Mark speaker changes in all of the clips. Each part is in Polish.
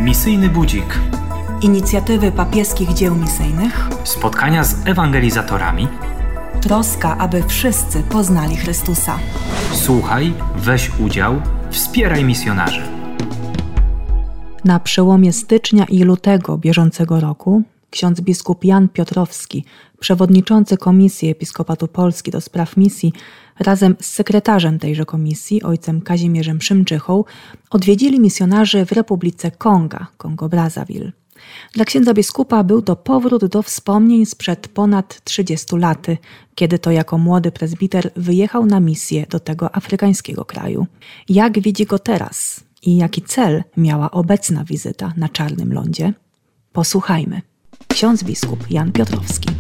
Speaker 1: Misyjny Budzik.
Speaker 2: Inicjatywy papieskich dzieł misyjnych.
Speaker 1: Spotkania z ewangelizatorami.
Speaker 2: Troska, aby wszyscy poznali Chrystusa.
Speaker 1: Słuchaj, weź udział, wspieraj misjonarzy.
Speaker 2: Na przełomie stycznia i lutego bieżącego roku ksiądz biskup Jan Piotrowski, przewodniczący Komisji Episkopatu Polski do spraw misji, razem z sekretarzem tejże komisji, ojcem Kazimierzem Szymczychą, odwiedzili misjonarzy w Republice Konga, Kongo-Brazzaville. Dla księdza biskupa był to powrót do wspomnień sprzed ponad 30 lat, kiedy to jako młody prezbiter wyjechał na misję do tego afrykańskiego kraju. Jak widzi go teraz i jaki cel miała obecna wizyta na Czarnym Lądzie? Posłuchajmy. Ksiądz biskup Jan Piotrowski.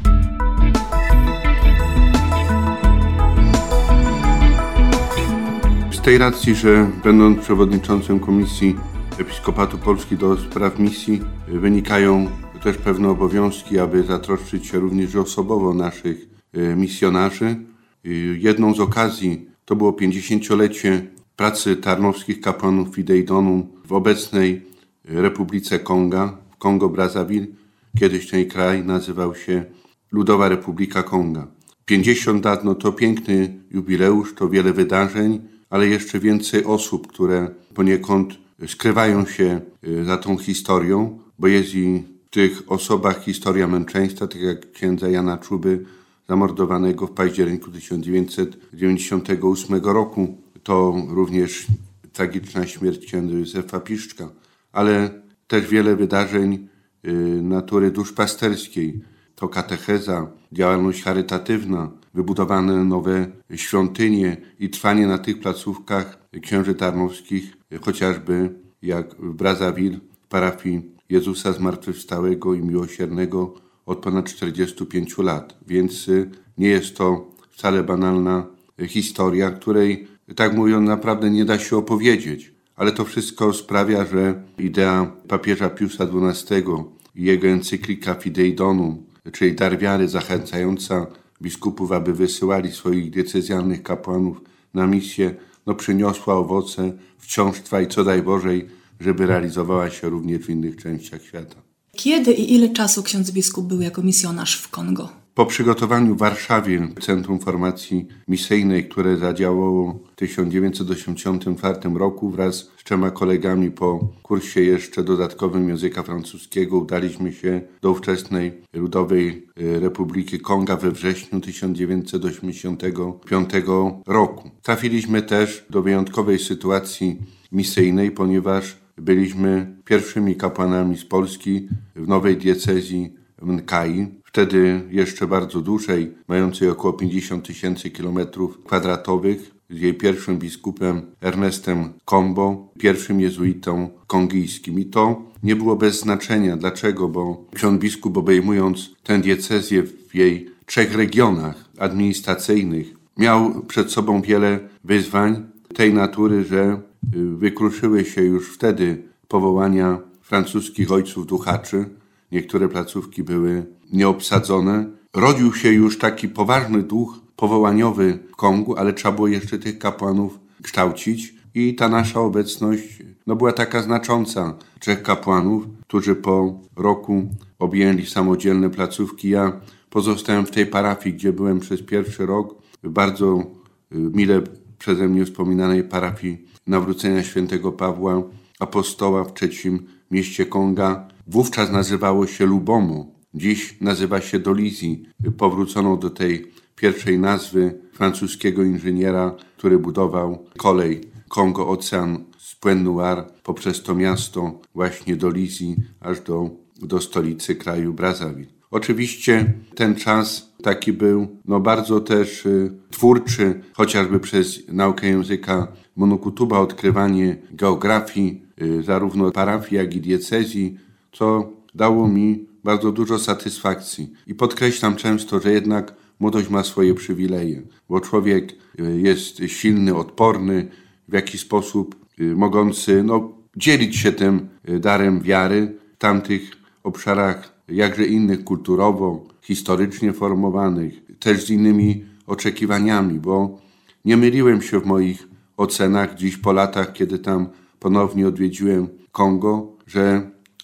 Speaker 3: Z tej racji, że będąc przewodniczącym Komisji Episkopatu Polski do spraw misji, wynikają też pewne obowiązki, aby zatroszczyć się również osobowo naszych misjonarzy. Jedną z okazji to było 50-lecie pracy tarnowskich kapłanów Fidei Donum w obecnej Republice Konga, w Kongo-Brazzaville. Kiedyś ten kraj nazywał się Ludowa Republika Konga. 50 lat to piękny jubileusz, to wiele wydarzeń, ale jeszcze więcej osób, które poniekąd skrywają się za tą historią, bo jest i w tych osobach historia męczeństwa, tak jak księdza Jana Czuby, zamordowanego w październiku 1998 roku. To również tragiczna śmierć księdza Józefa Piszczka, ale też wiele wydarzeń natury duszpasterskiej. To katecheza, działalność charytatywna, wybudowane nowe świątynie i trwanie na tych placówkach księży tarnowskich, chociażby jak w Brazzaville, w parafii Jezusa Zmartwychwstałego i Miłosiernego od ponad 45 lat. Więc nie jest to wcale banalna historia, której, tak mówiąc, naprawdę nie da się opowiedzieć. Ale to wszystko sprawia, że idea papieża Piusa XII i jego encyklika Fidei Donum, czyli dar wiary zachęcająca biskupów, aby wysyłali swoich diecezjalnych kapłanów na misję, przyniosła owoce, wciąż trwa i co daj Bożej, żeby realizowała się również w innych częściach świata.
Speaker 2: Kiedy i ile czasu ksiądz biskup był jako misjonarz w Kongo?
Speaker 3: Po przygotowaniu w Warszawie Centrum Formacji Misyjnej, które zadziałało w 1984 roku, wraz z 3 kolegami po kursie jeszcze dodatkowym języka francuskiego udaliśmy się do ówczesnej Ludowej Republiki Konga we wrześniu 1985 roku. Trafiliśmy też do wyjątkowej sytuacji misyjnej, ponieważ byliśmy pierwszymi kapłanami z Polski w nowej diecezji w Nkai, wtedy jeszcze bardzo dużej, mającej około 50 000 km2, z jej pierwszym biskupem Ernestem Kombo, pierwszym jezuitą kongijskim. I to nie było bez znaczenia. Dlaczego? Bo ksiądz biskup, obejmując tę diecezję w jej 3 regionach administracyjnych, miał przed sobą wiele wyzwań tej natury, że wykruszyły się już wtedy powołania francuskich ojców duchaczy. Niektóre placówki były nieobsadzone. Rodził się już taki poważny duch powołaniowy w Kongu, ale trzeba było jeszcze tych kapłanów kształcić. I ta nasza obecność była taka znacząca. 3 kapłanów, którzy po roku objęli samodzielne placówki. Ja pozostałem w tej parafii, gdzie byłem przez pierwszy rok, w bardzo mile przeze mnie wspominanej parafii Nawrócenia Świętego Pawła Apostoła w 3. mieście Konga. Wówczas nazywało się Lubomo, dziś nazywa się Dolizji. Powrócono do tej pierwszej nazwy francuskiego inżyniera, który budował kolej Kongo-Ocean z Pointe-Noire poprzez to miasto właśnie do Lizji aż do stolicy kraju Brazzaville. Oczywiście ten czas taki był bardzo też twórczy, chociażby przez naukę języka monokutuba, odkrywanie geografii zarówno parafii, jak i diecezji, co dało mi bardzo dużo satysfakcji. I podkreślam często, że jednak młodość ma swoje przywileje, bo człowiek jest silny, odporny, w jakiś sposób mogący dzielić się tym darem wiary w tamtych obszarach jakże innych kulturowo, historycznie formowanych, też z innymi oczekiwaniami, bo nie myliłem się w moich ocenach dziś po latach, kiedy tam ponownie odwiedziłem Kongo, że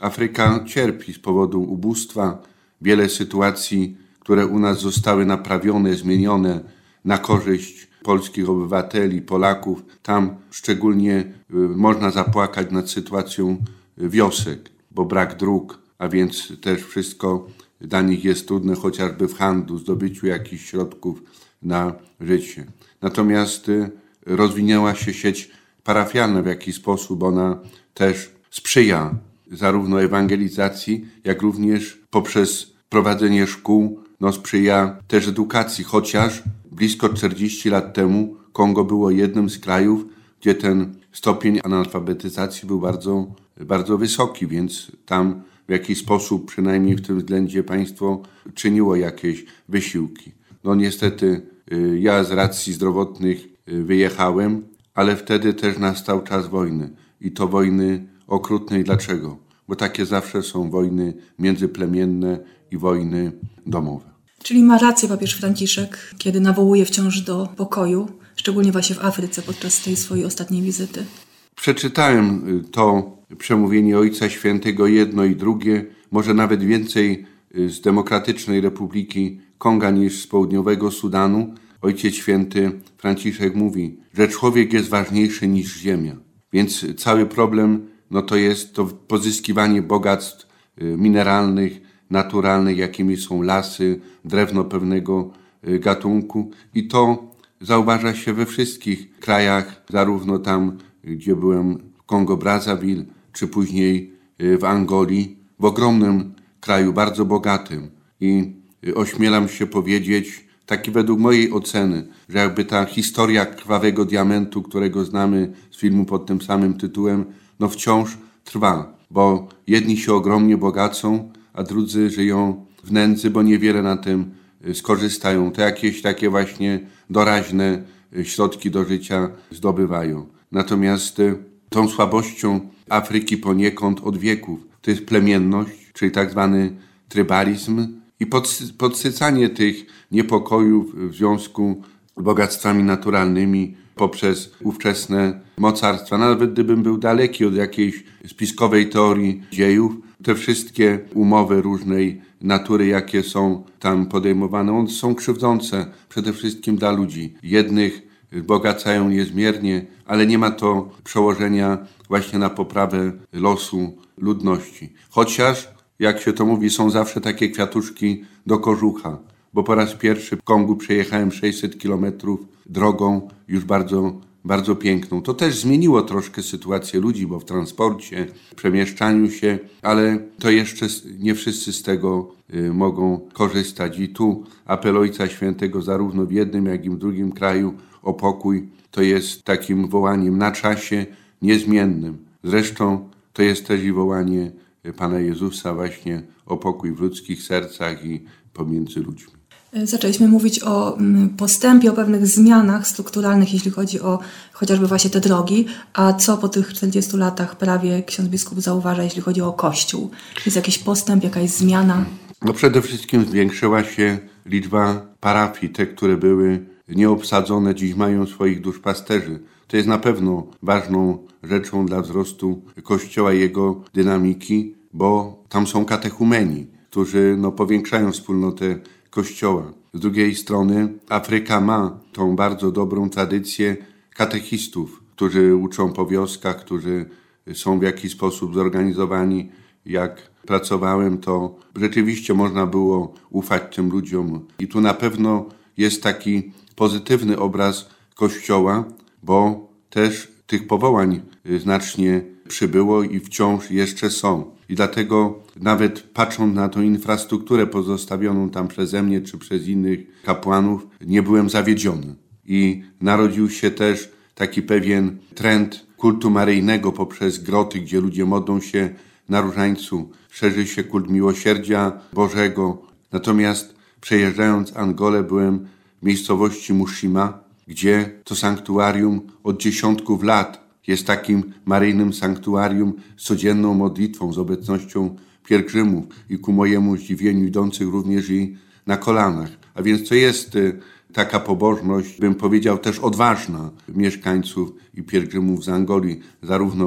Speaker 3: Afryka cierpi z powodu ubóstwa. Wiele sytuacji, które u nas zostały naprawione, zmienione na korzyść polskich obywateli, Polaków. Tam szczególnie można zapłakać nad sytuacją wiosek, bo brak dróg, a więc też wszystko dla nich jest trudne, chociażby w handlu, zdobyciu jakichś środków na życie. Natomiast rozwinęła się sieć parafialna, w jaki sposób ona też sprzyja zarówno ewangelizacji, jak również poprzez prowadzenie szkół, sprzyja też edukacji, chociaż blisko 40 lat temu Kongo było jednym z krajów, gdzie ten stopień analfabetyzacji był bardzo, bardzo wysoki, więc tam w jakiś sposób, przynajmniej w tym względzie, państwo czyniło jakieś wysiłki. Niestety ja z racji zdrowotnych wyjechałem, ale wtedy też nastał czas wojny i to wojny okrutnej. Dlaczego? Bo takie zawsze są wojny międzyplemienne i wojny domowe.
Speaker 2: Czyli ma rację papież Franciszek, kiedy nawołuje wciąż do pokoju, szczególnie właśnie w Afryce podczas tej swojej ostatniej wizyty.
Speaker 3: Przeczytałem to przemówienie Ojca Świętego, jedno i drugie, może nawet więcej z Demokratycznej Republiki Konga niż z Południowego Sudanu. Ojciec Święty Franciszek mówi, że człowiek jest ważniejszy niż ziemia. Więc cały problem to jest to pozyskiwanie bogactw mineralnych, naturalnych, jakimi są lasy, drewno pewnego gatunku. I to zauważa się we wszystkich krajach, zarówno tam, gdzie byłem w Kongo-Brazzaville, czy później w Angolii, w ogromnym kraju, bardzo bogatym. I ośmielam się powiedzieć, taki według mojej oceny, że jakby ta historia krwawego diamentu, którego znamy z filmu pod tym samym tytułem, wciąż trwa, bo jedni się ogromnie bogacą, a drudzy żyją w nędzy, bo niewiele na tym skorzystają. To jakieś takie właśnie doraźne środki do życia zdobywają. Natomiast tą słabością Afryki poniekąd od wieków to jest plemienność, czyli tak zwany trybalizm i podsycanie tych niepokojów w związku z bogactwami naturalnymi poprzez ówczesne mocarstwa. Nawet gdybym był daleki od jakiejś spiskowej teorii dziejów, te wszystkie umowy różnej natury, jakie są tam podejmowane, one są krzywdzące przede wszystkim dla ludzi. Jednych bogacają niezmiernie, ale nie ma to przełożenia właśnie na poprawę losu ludności. Chociaż, jak się to mówi, są zawsze takie kwiatuszki do kożucha, bo po raz pierwszy w Kongu przejechałem 600 kilometrów drogą już bardzo, bardzo piękną. To też zmieniło troszkę sytuację ludzi, bo w transporcie, w przemieszczaniu się, ale to jeszcze nie wszyscy z tego mogą korzystać. I tu apel Ojca Świętego zarówno w jednym, jak i w drugim kraju o pokój to jest takim wołaniem na czasie niezmiennym. Zresztą to jest też i wołanie Pana Jezusa właśnie o pokój w ludzkich sercach i pomiędzy ludźmi.
Speaker 2: Zaczęliśmy mówić o postępie, o pewnych zmianach strukturalnych, jeśli chodzi o chociażby właśnie te drogi. A co po tych 40 latach prawie ksiądz biskup zauważa, jeśli chodzi o Kościół? Jest jakiś postęp, jakaś zmiana?
Speaker 3: Przede wszystkim zwiększyła się liczba parafii. Te, które były nieobsadzone, dziś mają swoich duszpasterzy. To jest na pewno ważną rzeczą dla wzrostu Kościoła i jego dynamiki, bo tam są katechumeni, którzy powiększają wspólnotę Kościoła. Z drugiej strony Afryka ma tą bardzo dobrą tradycję katechistów, którzy uczą po wioskach, którzy są w jakiś sposób zorganizowani. Jak pracowałem, to rzeczywiście można było ufać tym ludziom. I tu na pewno jest taki pozytywny obraz Kościoła, bo też tych powołań znacznie przybyło i wciąż jeszcze są. I dlatego nawet patrząc na tą infrastrukturę pozostawioną tam przeze mnie czy przez innych kapłanów, nie byłem zawiedziony. I narodził się też taki pewien trend kultu maryjnego poprzez groty, gdzie ludzie modlą się na różańcu. Szerzy się kult miłosierdzia Bożego. Natomiast przejeżdżając Angolę byłem w miejscowości Mushima, gdzie to sanktuarium od dziesiątków lat jest takim maryjnym sanktuarium z codzienną modlitwą, z obecnością pielgrzymów i ku mojemu zdziwieniu idących również i na kolanach. A więc to jest taka pobożność, bym powiedział też odważna mieszkańców i pielgrzymów z Angolii, zarówno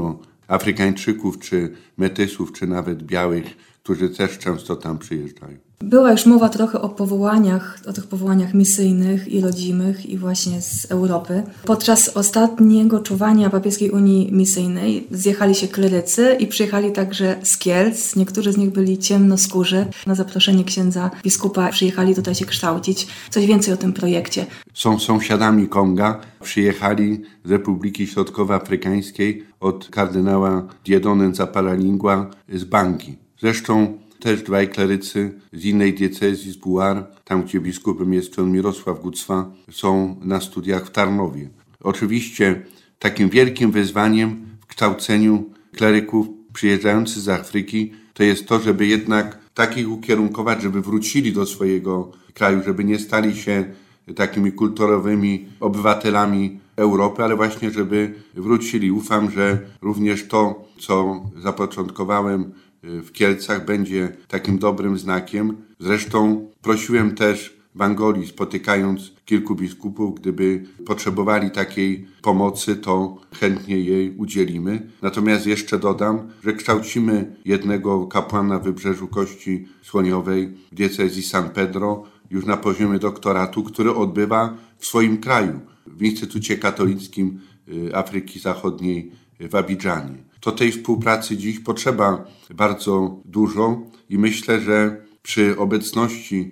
Speaker 3: Afrykańczyków, czy metysów, czy nawet białych, którzy też często tam przyjeżdżają.
Speaker 2: Była już mowa trochę o tych powołaniach misyjnych i rodzimych i właśnie z Europy. Podczas ostatniego czuwania Papieskiej Unii Misyjnej zjechali się klerycy i przyjechali także z Kielc. Niektórzy z nich byli ciemnoskórzy. Na zaproszenie księdza biskupa przyjechali tutaj się kształcić. Coś więcej o tym projekcie.
Speaker 3: Są sąsiadami Konga. Przyjechali z Republiki Środkowoafrykańskiej od kardynała Dieudonné Nzapala-Lingua z Bangi. Zresztą też dwaj klerycy z innej diecezji, z Buar, tam gdzie biskupem jest ksiądz Mirosław Gucwa, są na studiach w Tarnowie. Oczywiście takim wielkim wyzwaniem w kształceniu kleryków przyjeżdżających z Afryki to jest to, żeby jednak takich ukierunkować, żeby wrócili do swojego kraju, żeby nie stali się takimi kulturowymi obywatelami Europy, ale właśnie żeby wrócili. Ufam, że również to, co zapoczątkowałem w Kielcach, będzie takim dobrym znakiem. Zresztą prosiłem też w Angolii, spotykając kilku biskupów, gdyby potrzebowali takiej pomocy, to chętnie jej udzielimy. Natomiast jeszcze dodam, że kształcimy jednego kapłana w Wybrzeżu Kości Słoniowej w diecezji San Pedro już na poziomie doktoratu, który odbywa w swoim kraju, w Instytucie Katolickim Afryki Zachodniej w Abidżanie. To tej współpracy dziś potrzeba bardzo dużo i myślę, że przy obecności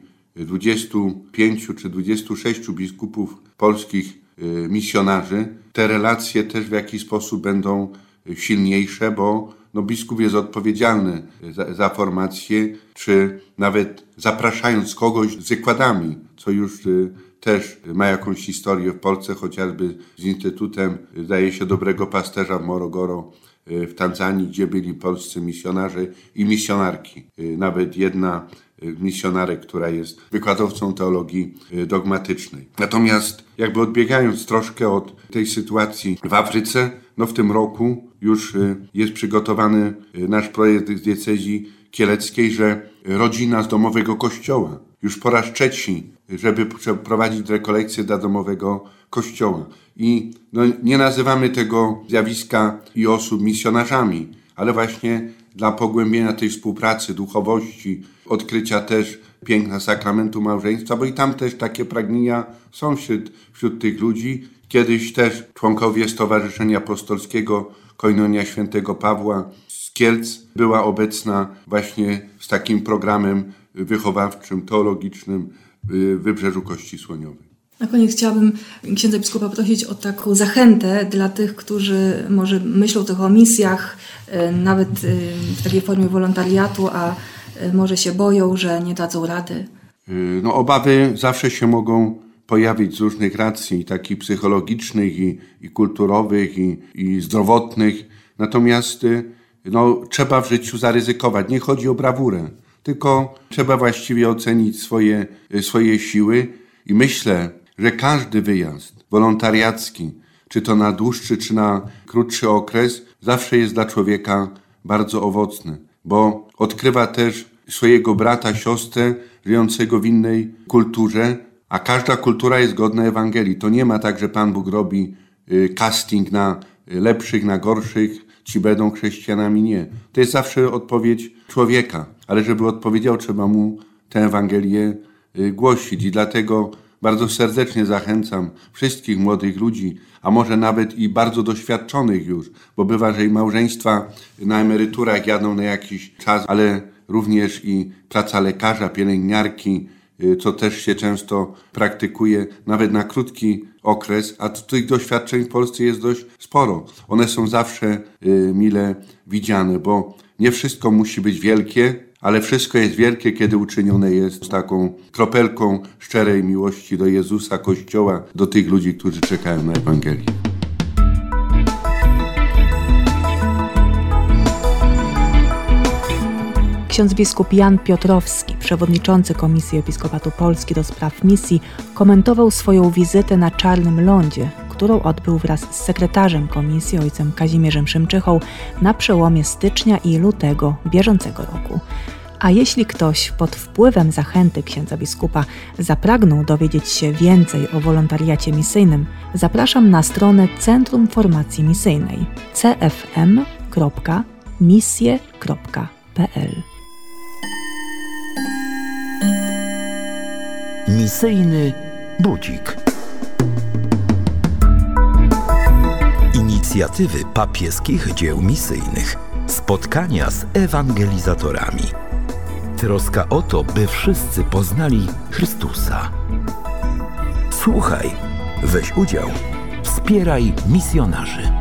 Speaker 3: 25 czy 26 biskupów polskich misjonarzy te relacje też w jakiś sposób będą silniejsze, bo biskup jest odpowiedzialny za formację, czy nawet zapraszając kogoś z wykładami, co już też ma jakąś historię w Polsce, chociażby z Instytutem, zdaje się, Dobrego Pasterza w Morogoro w Tanzanii, gdzie byli polscy misjonarze i misjonarki. Nawet jedna misjonarek, która jest wykładowcą teologii dogmatycznej. Natomiast jakby odbiegając troszkę od tej sytuacji w Afryce, w tym roku już jest przygotowany nasz projekt z diecezji kieleckiej, że rodzina z domowego kościoła już po raz trzeci, żeby przeprowadzić rekolekcję dla domowego kościoła. I nie nazywamy tego zjawiska i osób misjonarzami, ale właśnie dla pogłębienia tej współpracy, duchowości, odkrycia też piękna sakramentu małżeństwa, bo i tam też takie pragnienia są wśród tych ludzi. Kiedyś też członkowie Stowarzyszenia Apostolskiego Koinonia Świętego Pawła z Kielc była obecna właśnie z takim programem wychowawczym, teologicznym w Wybrzeżu Kości Słoniowej.
Speaker 2: Na koniec chciałabym księdza biskupa prosić o taką zachętę dla tych, którzy może myślą trochę o misjach, nawet w takiej formie wolontariatu, a może się boją, że nie dadzą rady.
Speaker 3: Obawy zawsze się mogą pojawić z różnych racji, takich psychologicznych i kulturowych i zdrowotnych. Natomiast trzeba w życiu zaryzykować. Nie chodzi o brawurę, tylko trzeba właściwie ocenić swoje siły i myślę, że każdy wyjazd wolontariacki, czy to na dłuższy, czy na krótszy okres, zawsze jest dla człowieka bardzo owocny, bo odkrywa też swojego brata, siostrę żyjącego w innej kulturze, a każda kultura jest godna Ewangelii. To nie ma tak, że Pan Bóg robi casting na lepszych, na gorszych, ci będą chrześcijanami. Nie. To jest zawsze odpowiedź człowieka, ale żeby odpowiedział, trzeba mu tę Ewangelię głosić i dlatego bardzo serdecznie zachęcam wszystkich młodych ludzi, a może nawet i bardzo doświadczonych już, bo bywa, że i małżeństwa na emeryturach jadą na jakiś czas, ale również i praca lekarza, pielęgniarki, co też się często praktykuje nawet na krótki okres, a tych doświadczeń w Polsce jest dość sporo. One są zawsze mile widziane, bo nie wszystko musi być wielkie, ale wszystko jest wielkie, kiedy uczynione jest z taką kropelką szczerej miłości do Jezusa, Kościoła, do tych ludzi, którzy czekają na Ewangelię.
Speaker 2: Ksiądz biskup Jan Piotrowski, przewodniczący Komisji Episkopatu Polski do spraw misji, komentował swoją wizytę na Czarnym Lądzie, którą odbył wraz z sekretarzem komisji ojcem Kazimierzem Szymczychą na przełomie stycznia i lutego bieżącego roku. A jeśli ktoś pod wpływem zachęty księdza biskupa zapragnął dowiedzieć się więcej o wolontariacie misyjnym, zapraszam na stronę Centrum Formacji Misyjnej cfm.org. www.misje.pl.
Speaker 4: Misyjny budzik. Inicjatywy papieskich dzieł misyjnych. Spotkania z ewangelizatorami. Troska o to, by wszyscy poznali Chrystusa. Słuchaj, weź udział, wspieraj misjonarzy.